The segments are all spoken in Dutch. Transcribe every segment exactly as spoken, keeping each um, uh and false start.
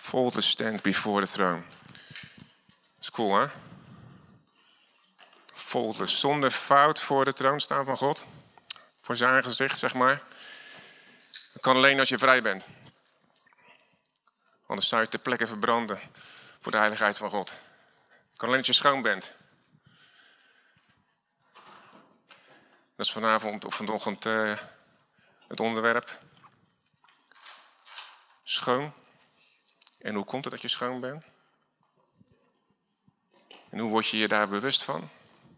Faultless stand before the throne. Dat is cool, hè? Faultless, zonder fout voor de troon staan van God. Voor zijn gezicht, zeg maar. Dat kan alleen als je vrij bent. Anders zou je ter plekke verbranden voor de heiligheid van God. Dat kan alleen als je schoon bent. Dat is vanavond of vanochtend uh, het onderwerp. Schoon. En hoe komt het dat je schoon bent? En hoe word je je daar bewust van?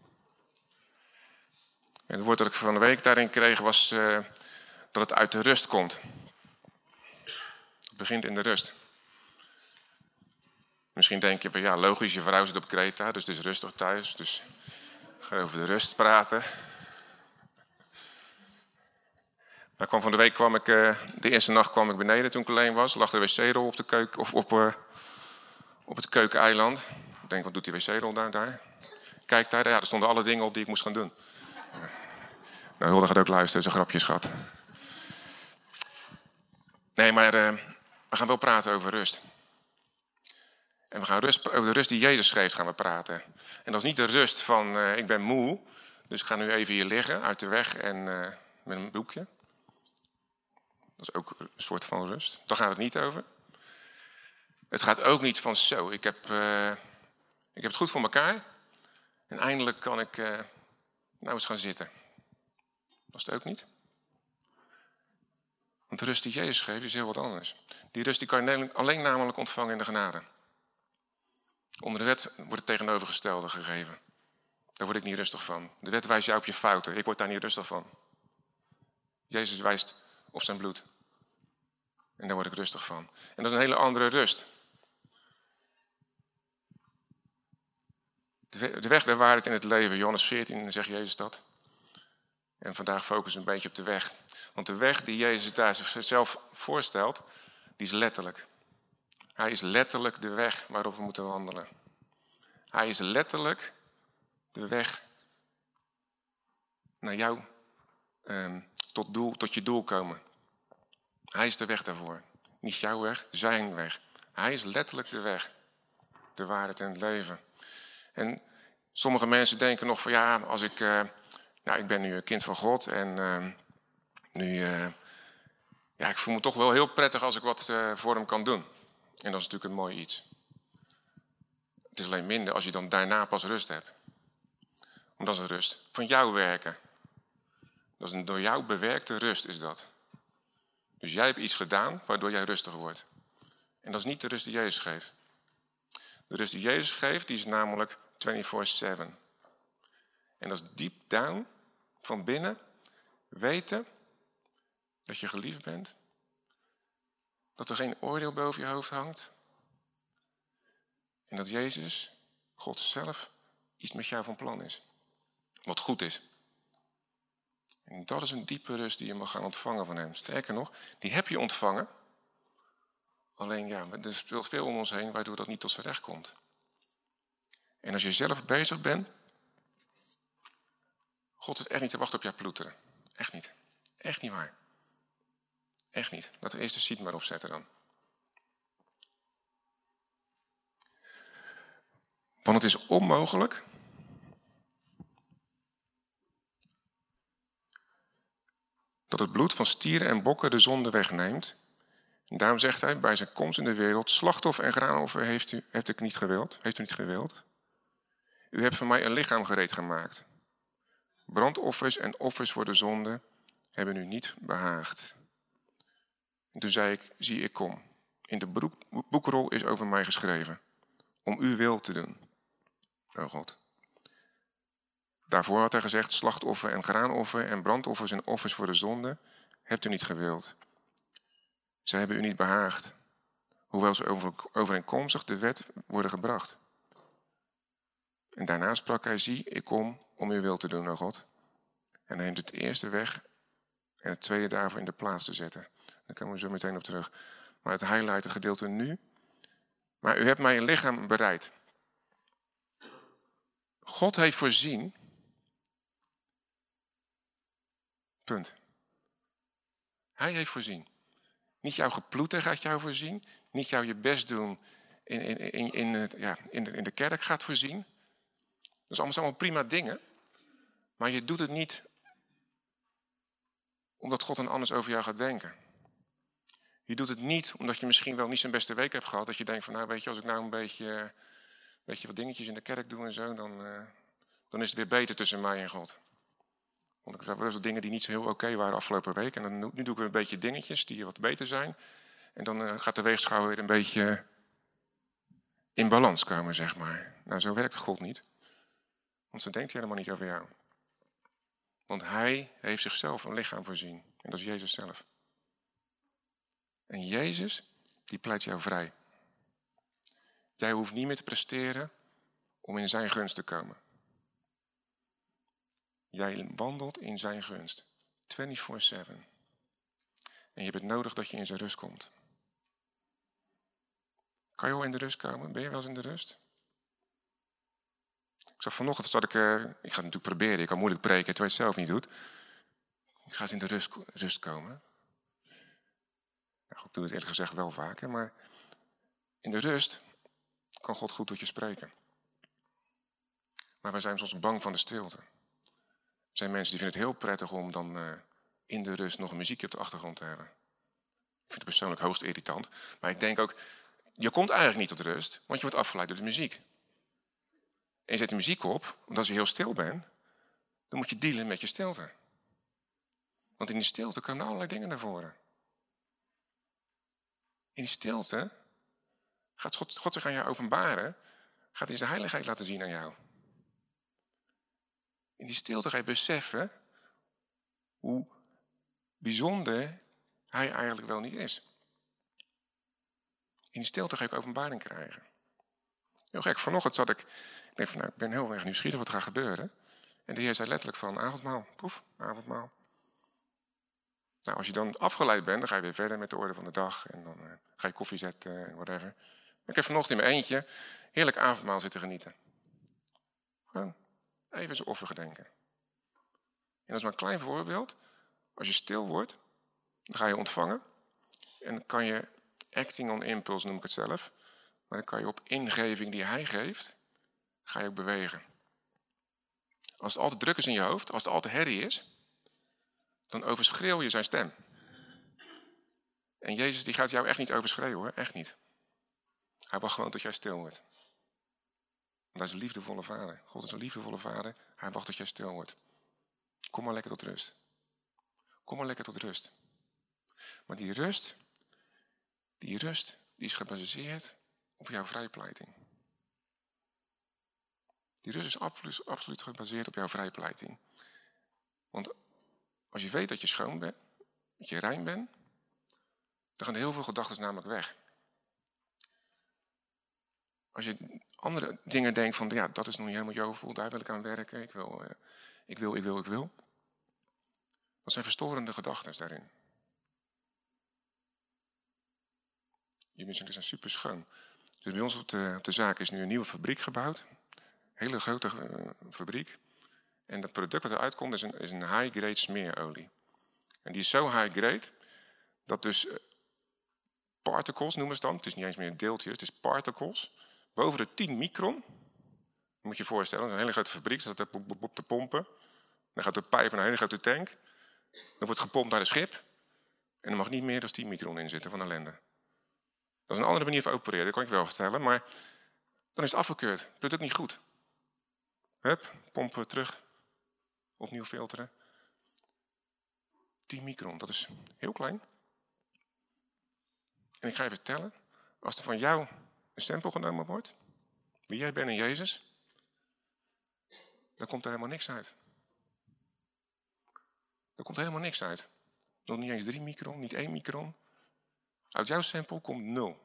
En het woord dat ik van de week daarin kreeg was uh, dat het uit de rust komt. Het begint in de rust. Misschien denk je van ja, logisch, je vrouw zit op Kreta, dus het is rustig thuis. Dus ga over de rust praten. Maar kwam van de week kwam ik, uh, de eerste nacht kwam ik beneden toen ik alleen was. Lag de wc-rol op de keuken of op, uh, op het keukeneiland. Ik denk, wat doet die wc-rol daar, daar? Kijk daar, ja, er stonden alle dingen op die ik moest gaan doen. Nou, Hulde gaat ook luisteren, zo'n grapjes gehad. Nee, maar uh, we gaan wel praten over rust. En we gaan rust, over de rust die Jezus geeft gaan we praten. En dat is niet de rust van, uh, ik ben moe, dus ik ga nu even hier liggen, uit de weg en uh, met een boekje. Dat is ook een soort van rust. Daar gaat het niet over. Het gaat ook niet van zo, ik heb, uh, ik heb het goed voor elkaar. En eindelijk kan ik uh, nou eens gaan zitten. Dat is het ook niet. Want de rust die Jezus geeft is heel wat anders. Die rust die kan je alleen namelijk ontvangen in de genade. Onder de wet wordt het tegenovergestelde gegeven. Daar word ik niet rustig van. De wet wijst jou op je fouten. Ik word daar niet rustig van. Jezus wijst op zijn bloed. En daar word ik rustig van. En dat is een hele andere rust. De weg der waarheid in het leven. Johannes veertien zegt Jezus dat. En vandaag focussen we een beetje op de weg. Want de weg die Jezus daar zichzelf voorstelt, die is letterlijk. Hij is letterlijk de weg waarop we moeten wandelen. Hij is letterlijk de weg naar jou, eh, tot, doel, tot je doel komen. Hij is de weg daarvoor. Niet jouw weg, zijn weg. Hij is letterlijk de weg. De waarheid en het leven. En sommige mensen denken nog van ja, als ik, uh, nou, ik ben nu een kind van God en uh, nu, uh, ja, ik voel me toch wel heel prettig als ik wat uh, voor hem kan doen. En dat is natuurlijk een mooi iets. Het is alleen minder als je dan daarna pas rust hebt. Want dat is een rust van jouw werken. Dat is een door jou bewerkte rust is dat. Dus jij hebt iets gedaan waardoor jij rustig wordt. En dat is niet de rust die Jezus geeft. De rust die Jezus geeft, die is namelijk vierentwintig zeven. En dat is deep down, van binnen, weten dat je geliefd bent. Dat er geen oordeel boven je hoofd hangt. En dat Jezus, God zelf, iets met jou van plan is. Wat goed is. En dat is een diepe rust die je mag gaan ontvangen van hem. Sterker nog, die heb je ontvangen. Alleen ja, er speelt veel om ons heen waardoor dat niet tot zijn recht komt. En als je zelf bezig bent, God zit echt niet te wachten op jouw ploeteren. Echt niet. Echt niet waar. Echt niet. Laten we eerst de sheet maar opzetten dan. Want het is onmogelijk dat het bloed van stieren en bokken de zonde wegneemt. En daarom zegt hij bij zijn komst in de wereld, slachtoffer en graanoffer heeft u, heeft u niet gewild, heeft u niet gewild. U hebt voor mij een lichaam gereed gemaakt. Brandoffers en offers voor de zonde hebben u niet behaagd. En toen zei ik, zie ik kom. In de broek, boekrol is over mij geschreven. Om uw wil te doen. O God. Daarvoor had hij gezegd, slachtoffer en graanoffer en brandoffers en offers voor de zonde hebt u niet gewild. Zij hebben u niet behaagd. Hoewel ze overeenkomstig de wet worden gebracht. En daarna sprak hij, zie, ik kom om uw wil te doen, o God. En hij neemt het eerste weg en het tweede daarvoor in de plaats te zetten. Daar komen we zo meteen op terug. Maar het highlight, het gedeelte nu. Maar u hebt mij een lichaam bereid. God heeft voorzien. Punt. Hij heeft voorzien. Niet jouw geploeter gaat jou voorzien. niet jou je best doen in, in, in, in, het, ja, in, de, in de kerk gaat voorzien. Dat is allemaal, allemaal prima dingen. Maar je doet het niet omdat God dan anders over jou gaat denken. Je doet het niet omdat je misschien wel niet zijn beste week hebt gehad. Dat je denkt van, nou weet je, als ik nou een beetje, een beetje wat dingetjes in de kerk doe en zo, dan, uh, dan is het weer beter tussen mij en God. Want ik zag wel eens dingen die niet zo heel oké okay waren afgelopen week. En dan, nu doe ik weer een beetje dingetjes die wat beter zijn. En dan uh, gaat de weegschaal weer een beetje in balans komen, zeg maar. Nou, zo werkt God niet. Want zo denkt hij helemaal niet over jou. Want hij heeft zichzelf een lichaam voorzien. En dat is Jezus zelf. En Jezus, die pleit jou vrij. Jij hoeft niet meer te presteren om in zijn gunst te komen. Jij wandelt in zijn gunst. vierentwintig zeven. En je hebt het nodig dat je in zijn rust komt. Kan je wel in de rust komen? Ben je wel eens in de rust? Ik zag vanochtend dat ik... Uh, ik ga het natuurlijk proberen. Ik kan moeilijk preken terwijl je het zelf niet doet. Ik ga eens in de rust, rust komen. Nou, ik doe het eerlijk gezegd wel vaker. Maar in de rust kan God goed tot je spreken. Maar wij zijn soms bang van de stilte. Er zijn mensen die vinden het heel prettig om dan uh, in de rust nog een muziekje op de achtergrond te hebben. Ik vind het persoonlijk hoogst irritant. Maar ik denk ook, je komt eigenlijk niet tot rust, want je wordt afgeleid door de muziek. En je zet de muziek op, want als je heel stil bent, dan moet je dealen met je stilte. Want in die stilte komen allerlei dingen naar voren. In die stilte gaat God, God zich aan jou openbaren, gaat hij zijn heiligheid laten zien aan jou. In die stilte ga je beseffen hoe bijzonder hij eigenlijk wel niet is. In die stilte ga ik openbaring krijgen. Heel gek, vanochtend zat ik, ik denk van nou, ik ben heel erg nieuwsgierig wat er gaat gebeuren. En de Heer zei letterlijk van avondmaal, poef, avondmaal. Nou, als je dan afgeleid bent, dan ga je weer verder met de orde van de dag. En dan uh, ga je koffie zetten en whatever. Ik heb vanochtend in mijn eentje heerlijk avondmaal zitten genieten. Gewoon even zijn offer gedenken. En dat is maar een klein voorbeeld. Als je stil wordt, dan ga je ontvangen. En dan kan je acting on impulse, noem ik het zelf. Maar dan kan je op ingeving die hij geeft, ga je ook bewegen. Als het altijd druk is in je hoofd, als het altijd herrie is, dan overschreeuw je zijn stem. En Jezus die gaat jou echt niet overschreeuwen, hoor. Echt niet. Hij wacht gewoon tot jij stil wordt. Want hij is een liefdevolle vader. God is een liefdevolle vader. Hij wacht tot jij stil wordt. Kom maar lekker tot rust. Kom maar lekker tot rust. Maar die rust, die rust, die is gebaseerd op jouw vrijpleiting. Die rust is absoluut, absoluut gebaseerd op jouw vrijpleiting. Want als je weet dat je schoon bent, dat je rein bent, dan gaan heel veel gedachten namelijk weg. Als je andere dingen denkt van, ja, dat is nog niet helemaal jouw gevoel, daar wil ik aan werken, ik wil, uh, ik wil, ik wil, ik wil. Dat zijn verstorende gedachten daarin. Je mensen zijn super schoon. Dus bij ons op de, op de zaak is nu een nieuwe fabriek gebouwd. Een hele grote uh, fabriek. En het product wat eruit komt is een, is een high-grade smeerolie. En die is zo high-grade dat dus uh, particles noemen ze dan. Het is niet eens meer deeltjes, het is particles. Boven de tien micron. Moet je je voorstellen, een hele grote fabriek. Staat op te pompen. Dan gaat de pijp naar een hele grote tank. Dan wordt gepompt naar een schip. En er mag niet meer dan tien micron in zitten van ellende. Dat is een andere manier van opereren, dat kan ik wel vertellen. Maar dan is het afgekeurd. Het product niet goed. Hup, pompen terug. Opnieuw filteren. tien micron, dat is heel klein. En ik ga je vertellen, als er van jou een stempel genomen wordt, wie jij bent in Jezus, dan komt er helemaal niks uit. Er komt helemaal niks uit. Nog niet eens drie micron, niet één micron. Uit jouw stempel komt nul.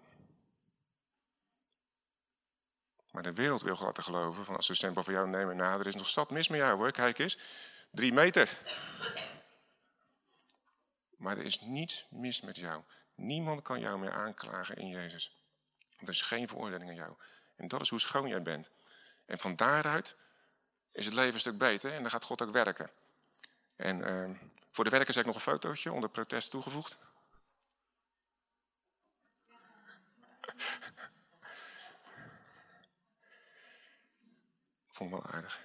Maar de wereld wil laten geloven, van als ze een stempel van jou nemen, nou, er is nog zat mis met jou hoor, kijk eens, drie meter. Maar er is niets mis met jou. Niemand kan jou meer aanklagen in Jezus. Er is geen veroordeling aan jou. En dat is hoe schoon jij bent. En van daaruit is het leven een stuk beter en dan gaat God ook werken. En uh, voor de werkers heb ik nog een fotootje onder protest toegevoegd. Vond ik wel aardig.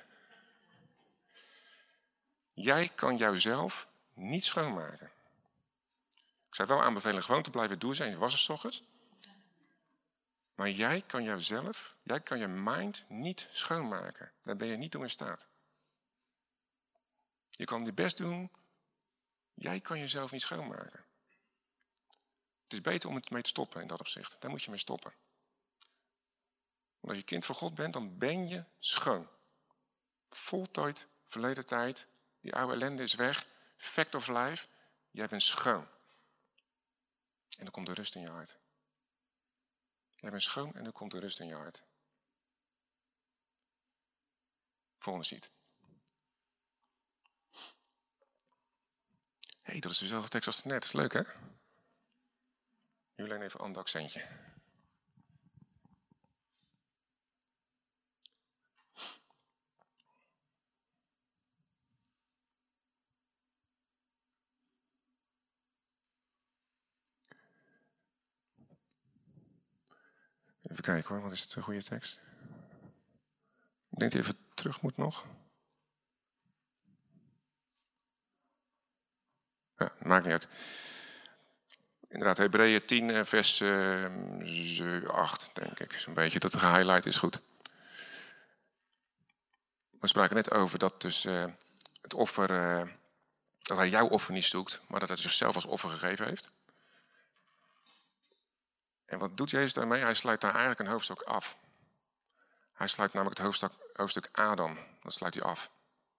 Jij kan jouzelf niet schoonmaken. Ik zou wel aanbevelen gewoon te blijven douchen en je was er 's ochtends. Maar jij kan jouzelf, jij kan je mind niet schoonmaken. Daar ben je niet toe in staat. Je kan je best doen. Jij kan jezelf niet schoonmaken. Het is beter om het mee te stoppen in dat opzicht. Daar moet je mee stoppen. Want als je kind van God bent, dan ben je schoon. Voltooid, verleden tijd. Die oude ellende is weg. Fact of life. Jij bent schoon. En dan komt de rust in je hart. Jij bent schoon en dan komt de rust in je hart. Volgende sheet. Hé, hey, dat is dezelfde tekst als net. Leuk, hè? Nu alleen even een ander accentje. Even kijken hoor, wat is het een goede tekst? Ik denk dat je even terug moet nog. Ja, maakt niet uit. Inderdaad, Hebreeën tien, vers uh, acht, denk ik. Zo'n beetje, dat de gehighlight is goed. We spraken net over dat dus uh, het offer, uh, dat hij jouw offer niet zoekt, maar dat hij zichzelf als offer gegeven heeft. En wat doet Jezus daarmee? Hij sluit daar eigenlijk een hoofdstuk af. Hij sluit namelijk het hoofdstuk, hoofdstuk Adam, dat sluit hij af.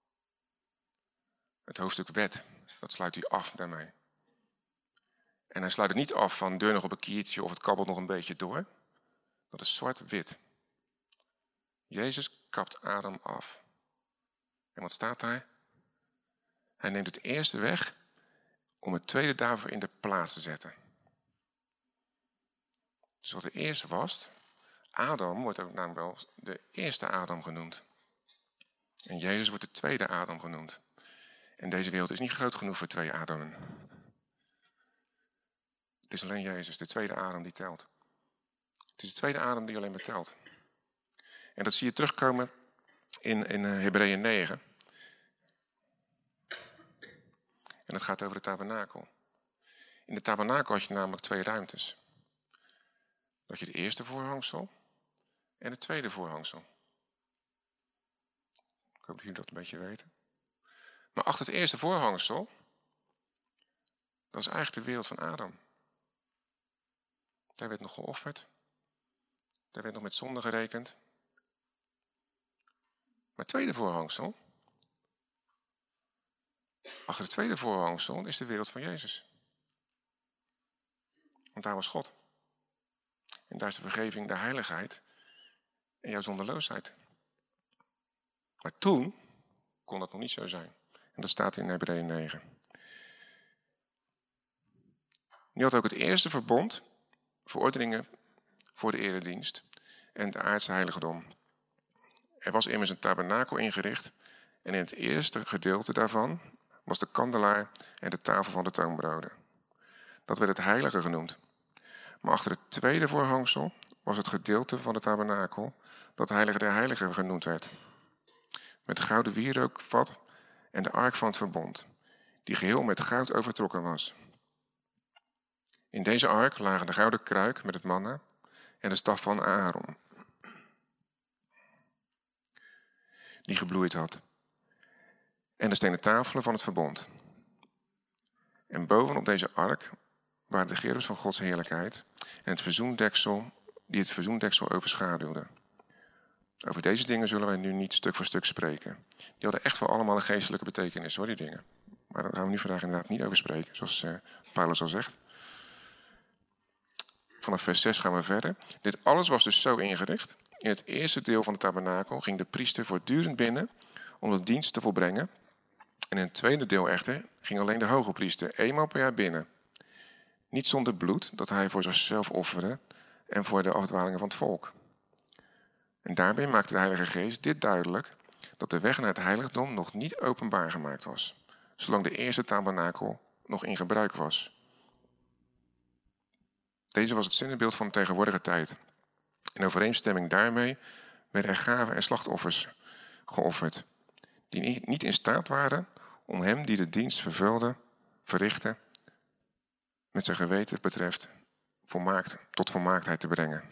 Het hoofdstuk wet, dat sluit hij af daarmee. En hij sluit het niet af van deur nog op een kiertje of het kabbelt nog een beetje door. Dat is zwart-wit. Jezus kapt Adam af. En wat staat daar? Hij neemt het eerste weg om het tweede daarvoor in de plaats te zetten. Dus wat de eerste was, Adam wordt ook namelijk wel de eerste Adam genoemd. En Jezus wordt de tweede Adam genoemd. En deze wereld is niet groot genoeg voor twee Adamen. Het is alleen Jezus, de tweede Adam die telt. Het is de tweede Adam die alleen maar telt. En dat zie je terugkomen in, in Hebreeën negen. En het gaat over de tabernakel. In de tabernakel had je namelijk twee ruimtes. Dat je het eerste voorhangsel en het tweede voorhangsel. Ik hoop dat jullie dat een beetje weten. Maar achter het eerste voorhangsel, dat is eigenlijk de wereld van Adam. Daar werd nog geofferd. Daar werd nog met zonde gerekend. Maar het tweede voorhangsel, achter het tweede voorhangsel is de wereld van Jezus. Want daar was God. En daar is de vergeving, de heiligheid en jouw zonderloosheid. Maar toen kon dat nog niet zo zijn. En dat staat in Hebreeën negen. Nu had ook het eerste verbond verordeningen voor de eredienst en de aardse heiligdom. Er was immers een tabernakel ingericht en in het eerste gedeelte daarvan was de kandelaar en de tafel van de toonbroden. Dat werd het heilige genoemd. Maar achter het tweede voorhangsel was het gedeelte van de tabernakel dat heilige der heiligen genoemd werd. Met gouden wierookvat en de ark van het verbond, die geheel met goud overtrokken was. In deze ark lagen de gouden kruik met het manna en de staf van Aaron, die gebloeid had, en de stenen tafelen van het verbond. En bovenop deze ark waren de gerubs van Gods heerlijkheid en het verzoendeksel, die het verzoendeksel overschaduwde. Over deze dingen zullen wij nu niet stuk voor stuk spreken. Die hadden echt wel allemaal een geestelijke betekenis, hoor, die dingen. Maar daar gaan we nu vandaag inderdaad niet over spreken, zoals uh, Paulus al zegt. Vanaf vers zes gaan we verder. Dit alles was dus zo ingericht. In het eerste deel van de tabernakel ging de priester voortdurend binnen om de dienst te volbrengen. En in het tweede deel echter ging alleen de hoge priester eenmaal per jaar binnen. Niet zonder bloed dat hij voor zichzelf offerde en voor de afdwalingen van het volk. En daarbij maakte de Heilige Geest dit duidelijk, dat de weg naar het heiligdom nog niet openbaar gemaakt was, zolang de eerste tabernakel nog in gebruik was. Deze was het zinnebeeld van de tegenwoordige tijd. In overeenstemming daarmee werden er gaven en slachtoffers geofferd, die niet in staat waren om hem die de dienst vervulde, verrichtte, met zijn geweten betreft, volmaakt, tot volmaaktheid te brengen.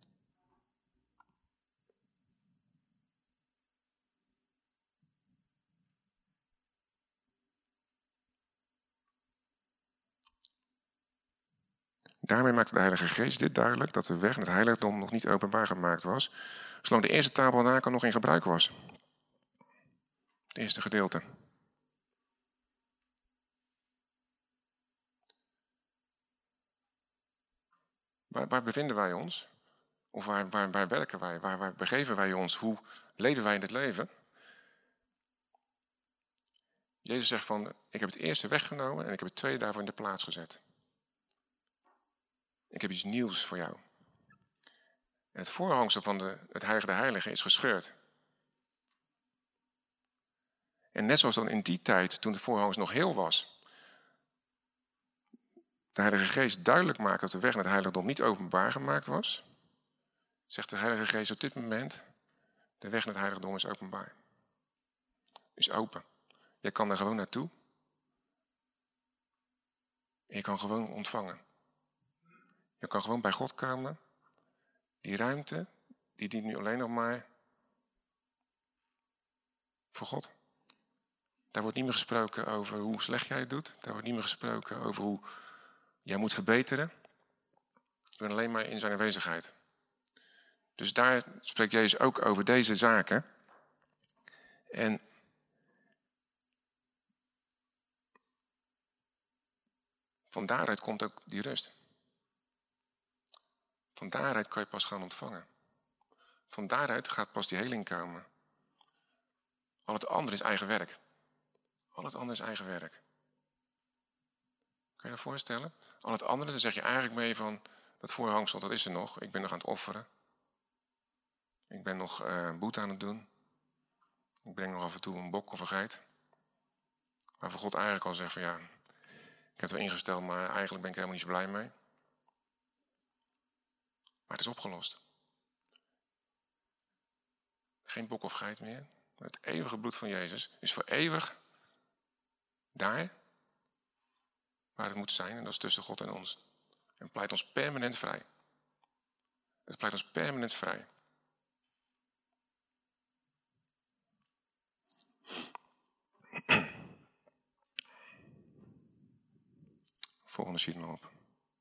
Daarmee maakte de Heilige Geest dit duidelijk, dat de weg naar het heiligdom nog niet openbaar gemaakt was, zolang de eerste tabernakel nog in gebruik was. Het eerste gedeelte. Waar, waar bevinden wij ons? Of waar, waar, waar werken wij? Waar, waar begeven wij ons? Hoe leven wij in het leven? Jezus zegt van, ik heb het eerste weggenomen en ik heb het tweede daarvoor in de plaats gezet. Ik heb iets nieuws voor jou. En het voorhangsel van de, het Heilige de Heilige is gescheurd. En net zoals dan in die tijd, toen het voorhangsel nog heel was, de Heilige Geest duidelijk maakt dat de weg naar het heiligdom niet openbaar gemaakt was, zegt de Heilige Geest op dit moment, de weg naar het heiligdom is openbaar. Is open. Je kan er gewoon naartoe. En je kan gewoon ontvangen. Je kan gewoon bij God komen. Die ruimte, die dient nu alleen nog maar voor God. Daar wordt niet meer gesproken over hoe slecht jij het doet. Daar wordt niet meer gesproken over hoe jij moet verbeteren. Je bent alleen maar in zijn aanwezigheid. Dus daar spreekt Jezus ook over deze zaken. En van daaruit komt ook die rust. Van daaruit kan je pas gaan ontvangen. Van daaruit gaat pas die heling komen. Al het andere is eigen werk. Al het andere is eigen werk. Kan je dat voorstellen? Al het andere, dan zeg je eigenlijk mee van, dat voorhangsel, dat is er nog. Ik ben nog aan het offeren. Ik ben nog uh, boete aan het doen. Ik breng nog af en toe een bok of een geit. Waarvoor God eigenlijk al zegt van ja, ik heb het wel ingesteld, maar eigenlijk ben ik helemaal niet zo blij mee. Maar het is opgelost. Geen bok of geit meer. Het eeuwige bloed van Jezus is voor eeuwig daar waar het moet zijn. En dat is tussen God en ons. En pleit ons permanent vrij. Het pleit ons permanent vrij. Volgende sheet maar op.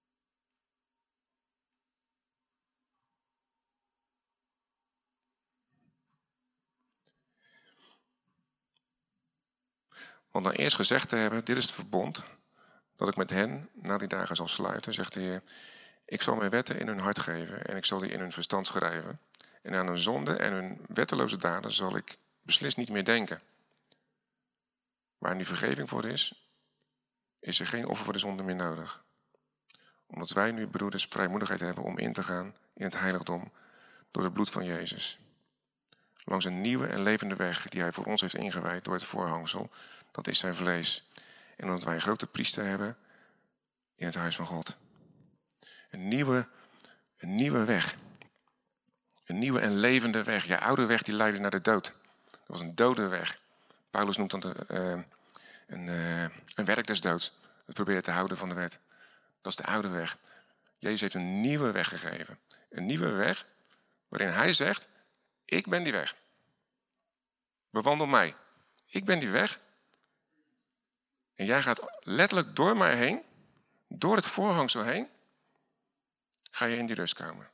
Want dan eerst gezegd te hebben, dit is het verbond dat ik met hen na die dagen zal sluiten, zegt de Heer. Ik zal mijn wetten in hun hart geven en ik zal die in hun verstand schrijven. En aan hun zonde en hun wetteloze daden zal ik beslist niet meer denken. Waar nu vergeving voor is, is er geen offer voor de zonde meer nodig. Omdat wij nu, broeders, vrijmoedigheid hebben om in te gaan in het heiligdom door het bloed van Jezus. Langs een nieuwe en levende weg die hij voor ons heeft ingewijd door het voorhangsel, dat is zijn vlees. En omdat wij een grote priester hebben in het huis van God. Een nieuwe, een nieuwe weg. Een nieuwe en levende weg. Je oude weg die leidde naar de dood. Dat was een dode weg. Paulus noemt dat een, uh, een, uh, een werk des doods. Het proberen te houden van de wet. Dat is de oude weg. Jezus heeft een nieuwe weg gegeven. Een nieuwe weg waarin hij zegt, ik ben die weg. Bewandel mij. Ik ben die weg. En jij gaat letterlijk door mij heen, door het voorhangsel heen, ga je in die rust komen.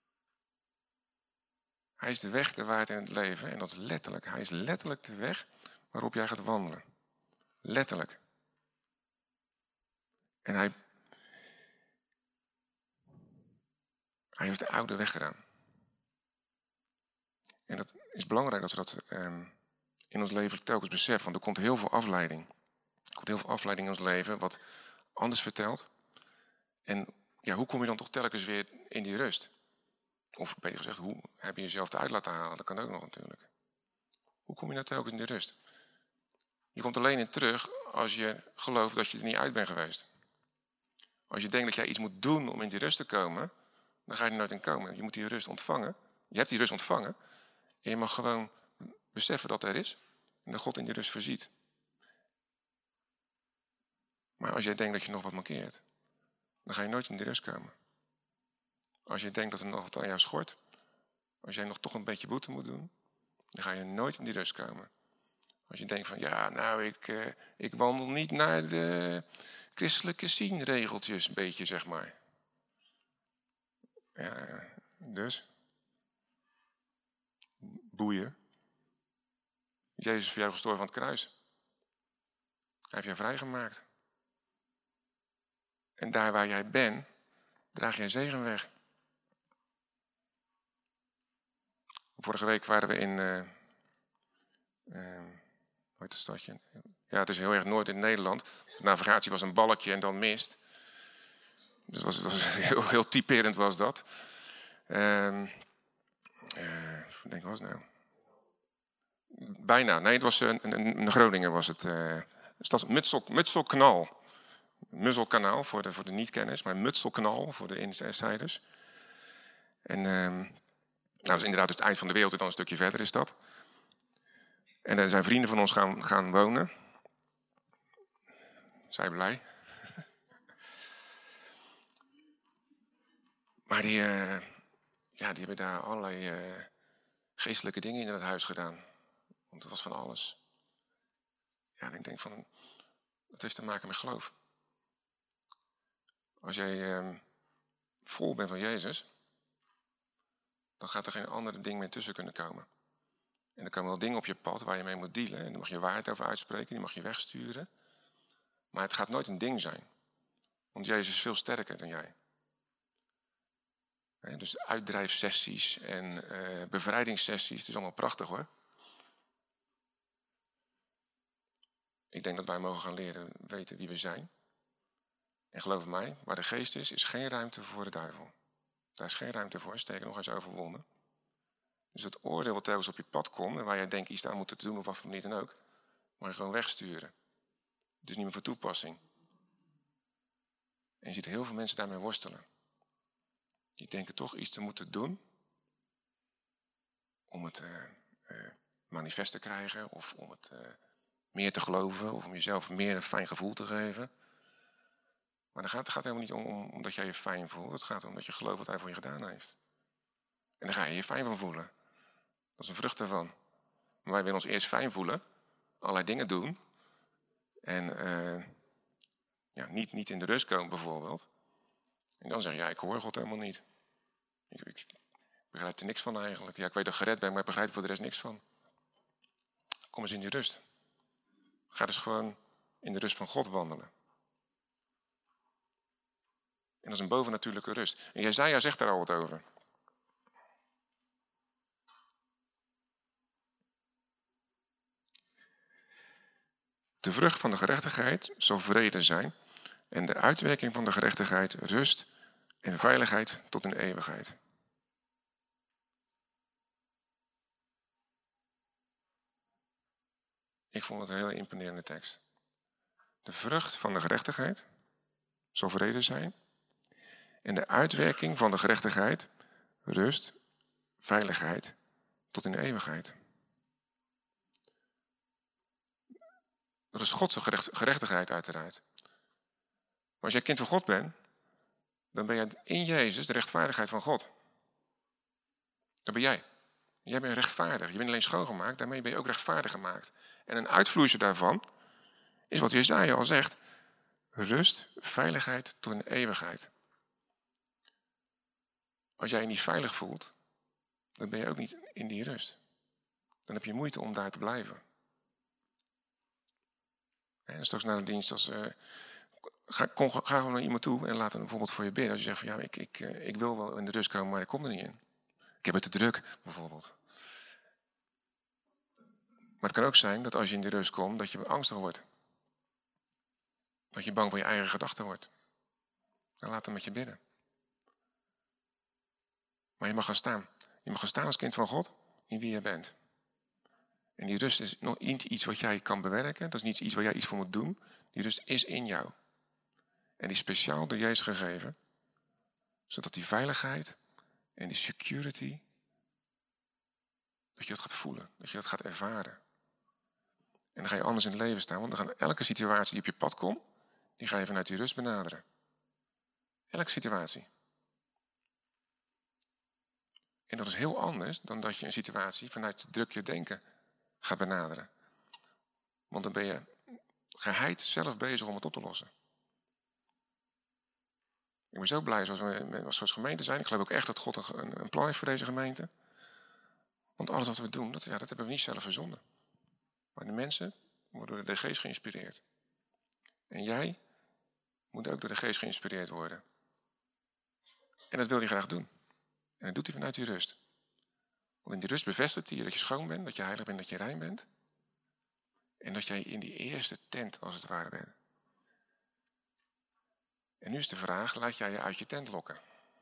Hij is de weg, de waarheid en het leven. En dat is letterlijk. Hij is letterlijk de weg waarop jij gaat wandelen. Letterlijk. En hij, hij heeft de oude weg gedaan. En dat is belangrijk dat we dat um, in ons leven telkens beseffen. Want er komt heel veel afleiding. Er komt heel veel afleiding in ons leven wat anders vertelt. En ja, hoe kom je dan toch telkens weer in die rust? Of beter gezegd, hoe heb je jezelf eruit laten halen? Dat kan ook nog natuurlijk. Hoe kom je nou telkens in die rust? Je komt alleen in terug als je gelooft dat je er niet uit bent geweest. Als je denkt dat jij iets moet doen om in die rust te komen, dan ga je er nooit in komen. Je moet die rust ontvangen. Je hebt die rust ontvangen. En je mag gewoon beseffen dat er is. En dat God in die rust voorziet. Maar als jij denkt dat je nog wat mankeert, dan ga je nooit in die rust komen. Als je denkt dat er nog wat aan jou schort, als jij nog toch een beetje boete moet doen, dan ga je nooit in die rust komen. Als je denkt van, ja, nou, ik, uh, ik wandel niet naar de christelijke zienregeltjes, een beetje, zeg maar. Ja, dus. Boeien. Jezus is voor jou gestorven aan het kruis. Hij heeft jou vrijgemaakt. En daar waar jij bent, draag jij zegen weg. Vorige week waren we in... Uh, uh, hoe heet het stadje? Ja, het is heel erg noord in Nederland. De navigatie was een balkje en dan mist. Dus was, was heel, heel typerend was dat. Uh, uh, ik denk, wat was het nou? Bijna. Nee, het was een, een, een Groningen was het. Uh, stad Mutsel, Mutselknal. Muzzelkanaal voor de, voor de niet-kenners, maar Mutselknal voor de insiders. En uh, nou, dat is inderdaad dus het eind van de wereld en dan een stukje verder is dat. En er zijn vrienden van ons gaan, gaan wonen. Zij blij. Maar die, uh, ja, die hebben daar allerlei uh, geestelijke dingen in het huis gedaan. Want het was van alles. Ja, en ik denk van, dat heeft te maken met geloof. Als jij uh, vol bent van Jezus, dan gaat er geen andere ding meer tussen kunnen komen. En er komen wel dingen op je pad waar je mee moet dealen. En daar mag je waarheid over uitspreken, die mag je wegsturen. Maar het gaat nooit een ding zijn. Want Jezus is veel sterker dan jij. He, dus uitdrijfsessies en uh, bevrijdingssessies, het is allemaal prachtig hoor. Ik denk dat wij mogen gaan leren weten wie we zijn. En geloof mij, waar de geest is, is geen ruimte voor de duivel. Daar is geen ruimte voor, sterker nog, hij is overwonnen. Dus het oordeel wat telkens op je pad komt, en waar jij denkt iets aan moet te doen of wat voor manier dan ook, mag je gewoon wegsturen. Het is niet meer voor toepassing. En je ziet heel veel mensen daarmee worstelen. Die denken toch iets te moeten doen om het uh, uh, manifest te krijgen of om het uh, meer te geloven of om jezelf meer een fijn gevoel te geven. Maar dan gaat, het gaat helemaal niet om, om omdat jij je fijn voelt. Het gaat om dat je gelooft wat hij voor je gedaan heeft. En daar ga je je fijn van voelen. Dat is een vrucht daarvan. Maar wij willen ons eerst fijn voelen, allerlei dingen doen en uh, ja, niet, niet in de rust komen bijvoorbeeld. En dan zeg je, ja, ik hoor God helemaal niet. Ik, ik, ik begrijp er niks van eigenlijk. Ja, ik weet dat ik gered ben, maar ik begrijp er voor de rest niks van. Kom eens in die rust. Ga dus gewoon in de rust van God wandelen. En dat is een bovennatuurlijke rust. En Jesaja zegt daar al wat over. De vrucht van de gerechtigheid zal vrede zijn en de uitwerking van de gerechtigheid rust en veiligheid tot in eeuwigheid. Ik vond het een hele imponerende tekst. De vrucht van de gerechtigheid zal vrede zijn en de uitwerking van de gerechtigheid rust, veiligheid tot in eeuwigheid. Dat is Gods gerechtigheid uiteraard. Maar als jij kind van God bent, dan ben je in Jezus de rechtvaardigheid van God. Dat ben jij. Jij bent rechtvaardig. Je bent alleen schoongemaakt, daarmee ben je ook rechtvaardig gemaakt. En een uitvloeisel daarvan is wat Jesaja al zegt. Rust, veiligheid tot in eeuwigheid. Als jij je niet veilig voelt, dan ben je ook niet in die rust. Dan heb je moeite om daar te blijven. En straks na de dienst, als, uh, ga, kom, ga gewoon naar iemand toe en laat hem bijvoorbeeld voor je bidden. Als je zegt van ja, ik, ik, uh, ik wil wel in de rust komen, maar ik kom er niet in. Ik heb het te druk, bijvoorbeeld. Maar het kan ook zijn dat als je in de rust komt, dat je angstig wordt. Dat je bang voor je eigen gedachten wordt. Dan laat hem met je bidden. Maar je mag gaan staan. Je mag gaan staan als kind van God in wie je bent. En die rust is nog niet iets wat jij kan bewerken. Dat is niet iets waar jij iets voor moet doen. Die rust is in jou. En die speciaal door Jezus gegeven. Zodat die veiligheid en die security, dat je dat gaat voelen. Dat je dat gaat ervaren. En dan ga je anders in het leven staan. Want dan gaan elke situatie die op je pad komt, die ga je vanuit die rust benaderen. Elke situatie. En dat is heel anders dan dat je een situatie vanuit druk je denken gaat benaderen. Want dan ben je geheid zelf bezig om het op te lossen. Ik ben zo blij zoals we als gemeente zijn. Ik geloof ook echt dat God een, een plan heeft voor deze gemeente. Want alles wat we doen, dat, ja, dat hebben we niet zelf verzonnen. Maar de mensen worden door de geest geïnspireerd. En jij moet ook door de geest geïnspireerd worden. En dat wil hij graag doen. En dat doet hij vanuit die rust. Want in die rust bevestigt hij dat je schoon bent, dat je heilig bent, dat je rein bent. En dat jij in die eerste tent als het ware bent. En nu is de vraag, laat jij je uit je tent lokken?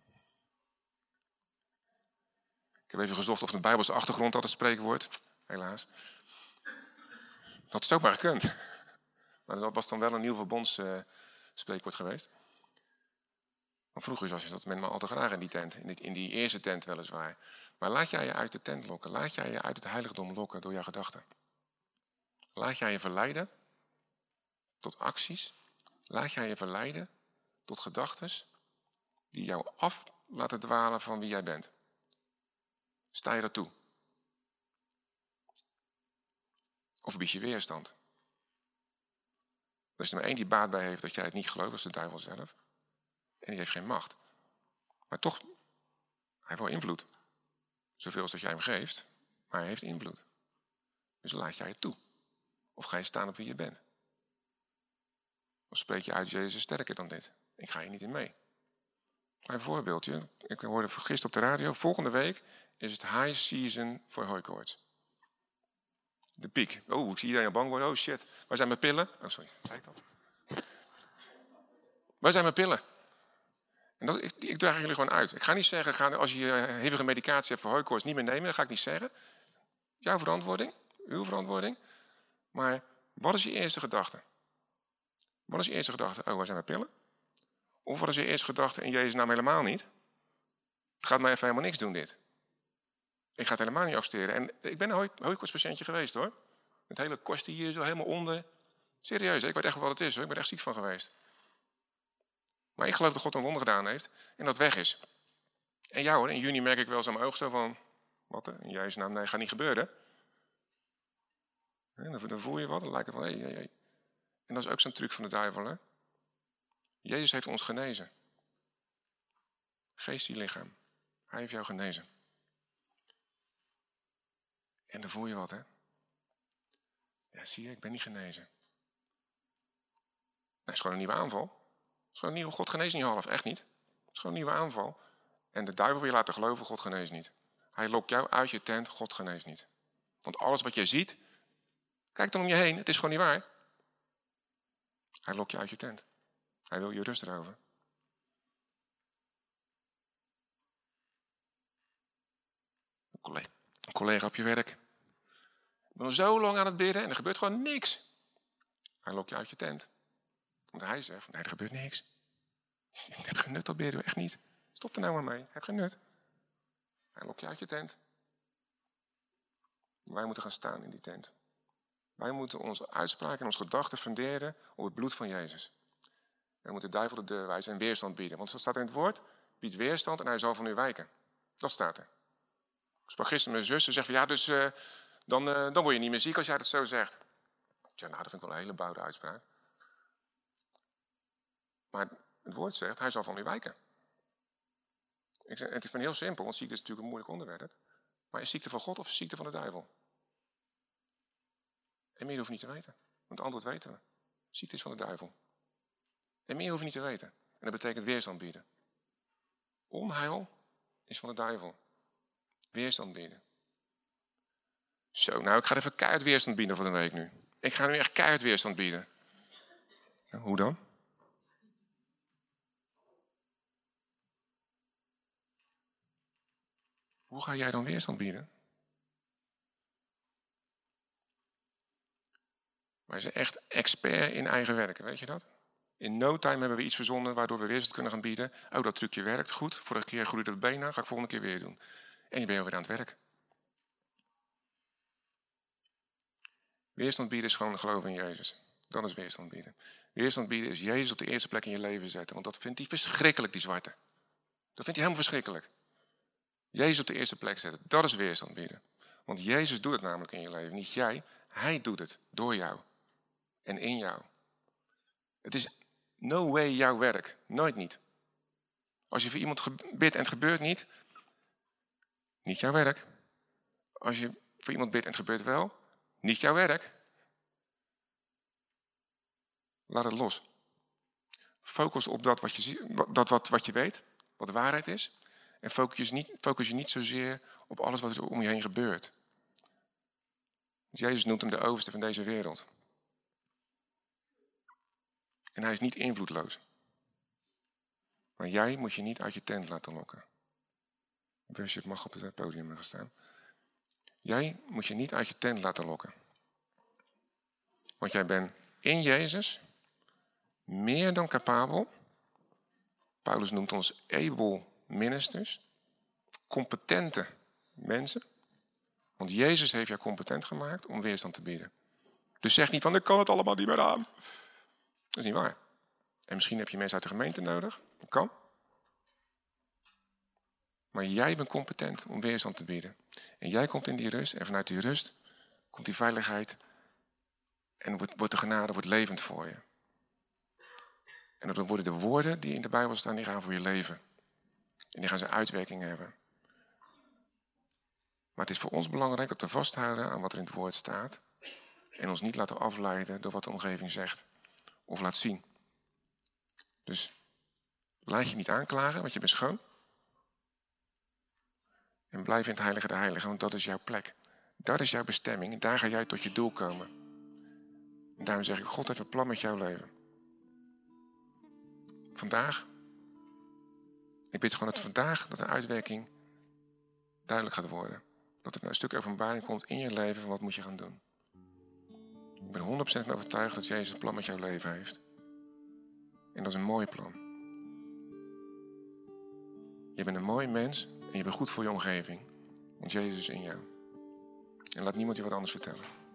Ik heb even gezocht of de Bijbelse achtergrond had het spreekwoord. Helaas. Dat had het ook maar gekund. Maar dat was dan wel een nieuw verbonds uh, spreekwoord geweest. Want vroeger was dat men maar al te graag in die tent. In die, in die eerste tent weliswaar. Maar laat jij je uit de tent lokken. Laat jij je uit het heiligdom lokken door jouw gedachten. Laat jij je verleiden tot acties. Laat jij je verleiden tot gedachten die jou af laten dwalen van wie jij bent. Sta je dat toe? Of bied je weerstand? Er is er maar één die baat bij heeft dat jij het niet gelooft, dat is de duivel zelf. En die heeft geen macht. Maar toch, hij heeft wel invloed. Zoveel als dat jij hem geeft, maar hij heeft invloed. Dus laat jij het toe. Of ga je staan op wie je bent? Of spreek je uit, Jezus is sterker dan dit? Ik ga hier niet in mee. Klein voorbeeldje. Ik hoorde gisteren op de radio, volgende week is het high season voor hooikoorts. De piek. Oh, ik zie iedereen al bang worden. Oh shit, waar zijn mijn pillen? Oh sorry, zei ik dat? Waar zijn mijn pillen? En dat, ik, ik draag jullie gewoon uit. Ik ga niet zeggen, ga, als je hevige medicatie hebt voor hooikoorts niet meer nemen. Dat ga ik niet zeggen. Jouw verantwoording, uw verantwoording. Maar wat is je eerste gedachte? Wat is je eerste gedachte? Oh, waar zijn mijn pillen? Of wat is je eerste gedachte? In Jezus' naam helemaal niet. Het gaat mij even helemaal niks doen dit. Ik ga het helemaal niet accepteren. En ik ben een hooikoortspatiëntje geweest hoor. Het hele korstje hier zo helemaal onder. Serieus, ik weet echt wel wat het is hoor. Ik ben er echt ziek van geweest. Maar ik geloof dat God een wonder gedaan heeft. En dat weg is. En ja hoor, in juni merk ik wel eens aan mijn oog zo van. Wat in Jezus' naam, nee, gaat niet gebeuren. En dan voel je wat, dan lijkt het van hé, hé, hé. En dat is ook zo'n truc van de duivel hè. Jezus heeft ons genezen. Geest, die lichaam. Hij heeft jou genezen. En dan voel je wat, hè? Ja, zie je, ik ben niet genezen. Nee, het is gewoon een nieuwe aanval. Het is gewoon een nieuwe, God geneest niet half, echt niet. Het is gewoon een nieuwe aanval. En de duivel wil je laten geloven, God geneest niet. Hij lokt jou uit je tent, God geneest niet. Want alles wat jij ziet, kijk dan om je heen, het is gewoon niet waar. Hij lokt je uit je tent. Hij wil je rust erover. Een collega op je werk. Ik ben zo lang aan het bidden en er gebeurt gewoon niks. Hij lokt je uit je tent. Want hij zegt, nee, er gebeurt niks. Ik heb geen nut op bidden, echt niet. Stop er nou maar mee, ik heb geen nut. Hij lokt je uit je tent. Wij moeten gaan staan in die tent. Wij moeten onze uitspraken en onze gedachten funderen op het bloed van Jezus. We moeten de duivel de deur wijzen en weerstand bieden. Want zo staat in het woord, bied weerstand en hij zal van u wijken. Dat staat er. Ik sprak gisteren met mijn zus en zegt van ja, dus uh, dan, uh, dan word je niet meer ziek als jij dat zo zegt. Ja, nou, dat vind ik wel een hele bouwde uitspraak. Maar het woord zegt, hij zal van u wijken. Ik zeg, het is maar heel simpel, want ziekte is natuurlijk een moeilijk onderwerp. Maar is ziekte van God of is ziekte van de duivel? En meer hoef je niet te weten. Want het antwoord weten we. Ziekte is van de duivel. En meer hoef je niet te weten. En dat betekent weerstand bieden. Onheil is van de duivel. Weerstand bieden. Zo, nou ik ga even keihard weerstand bieden voor een week nu. Ik ga nu echt keihard weerstand bieden. Nou, hoe dan? Hoe ga jij dan weerstand bieden? Wij zijn echt expert in eigen werken, weet je dat? In no time hebben we iets verzonnen waardoor we weerstand kunnen gaan bieden. Oh, dat trucje werkt, goed. Vorige keer groeide dat been aan, ga ik volgende keer weer doen. En je bent weer aan het werk. Weerstand bieden is gewoon geloven in Jezus. Dat is weerstand bieden. Weerstand bieden is Jezus op de eerste plek in je leven zetten. Want dat vindt hij verschrikkelijk, die zwarte. Dat vindt hij helemaal verschrikkelijk. Jezus op de eerste plek zetten, dat is weerstand bieden. Want Jezus doet het namelijk in je leven, niet jij. Hij doet het door jou en in jou. Het is no way jouw werk, nooit niet. Als je voor iemand bidt en het gebeurt niet, niet jouw werk. Als je voor iemand bidt en het gebeurt wel, niet jouw werk. Laat het los. Focus op dat wat je, ziet, dat wat, wat je weet, wat de waarheid is. En focus je, niet, focus je niet zozeer op alles wat er om je heen gebeurt. Dus Jezus noemt hem de overste van deze wereld. En hij is niet invloedloos. Maar jij moet je niet uit je tent laten lokken. Worship mag op het podium gaan staan. Jij moet je niet uit je tent laten lokken. Want jij bent in Jezus meer dan capabel. Paulus noemt ons able ministers. Competente mensen. Want Jezus heeft jou competent gemaakt om weerstand te bieden. Dus zeg niet van, ik kan het allemaal niet meer aan. Dat is niet waar. En misschien heb je mensen uit de gemeente nodig. Dat kan. Maar jij bent competent om weerstand te bieden. En jij komt in die rust. En vanuit die rust komt die veiligheid. En wordt, wordt de genade wordt levend voor je. En dan worden de woorden die in de Bijbel staan, die gaan voor je leven. En die gaan zijn uitwerking hebben. Maar het is voor ons belangrijk dat we vasthouden aan wat er in het woord staat. En ons niet laten afleiden door wat de omgeving zegt. Of laat zien. Dus laat je niet aanklagen, want je bent schoon. En blijf in het heilige der heiligen, want dat is jouw plek. Dat is jouw bestemming. Daar ga jij tot je doel komen. En daarom zeg ik, God heeft een plan met jouw leven. Vandaag. Ik bid gewoon dat vandaag dat de uitwerking duidelijk gaat worden. Dat er een stuk openbaring komt in je leven van wat moet je gaan doen. Ik ben honderd procent overtuigd dat Jezus een plan met jouw leven heeft. En dat is een mooi plan. Je bent een mooi mens en je bent goed voor je omgeving. Want Jezus is in jou. En laat niemand je wat anders vertellen.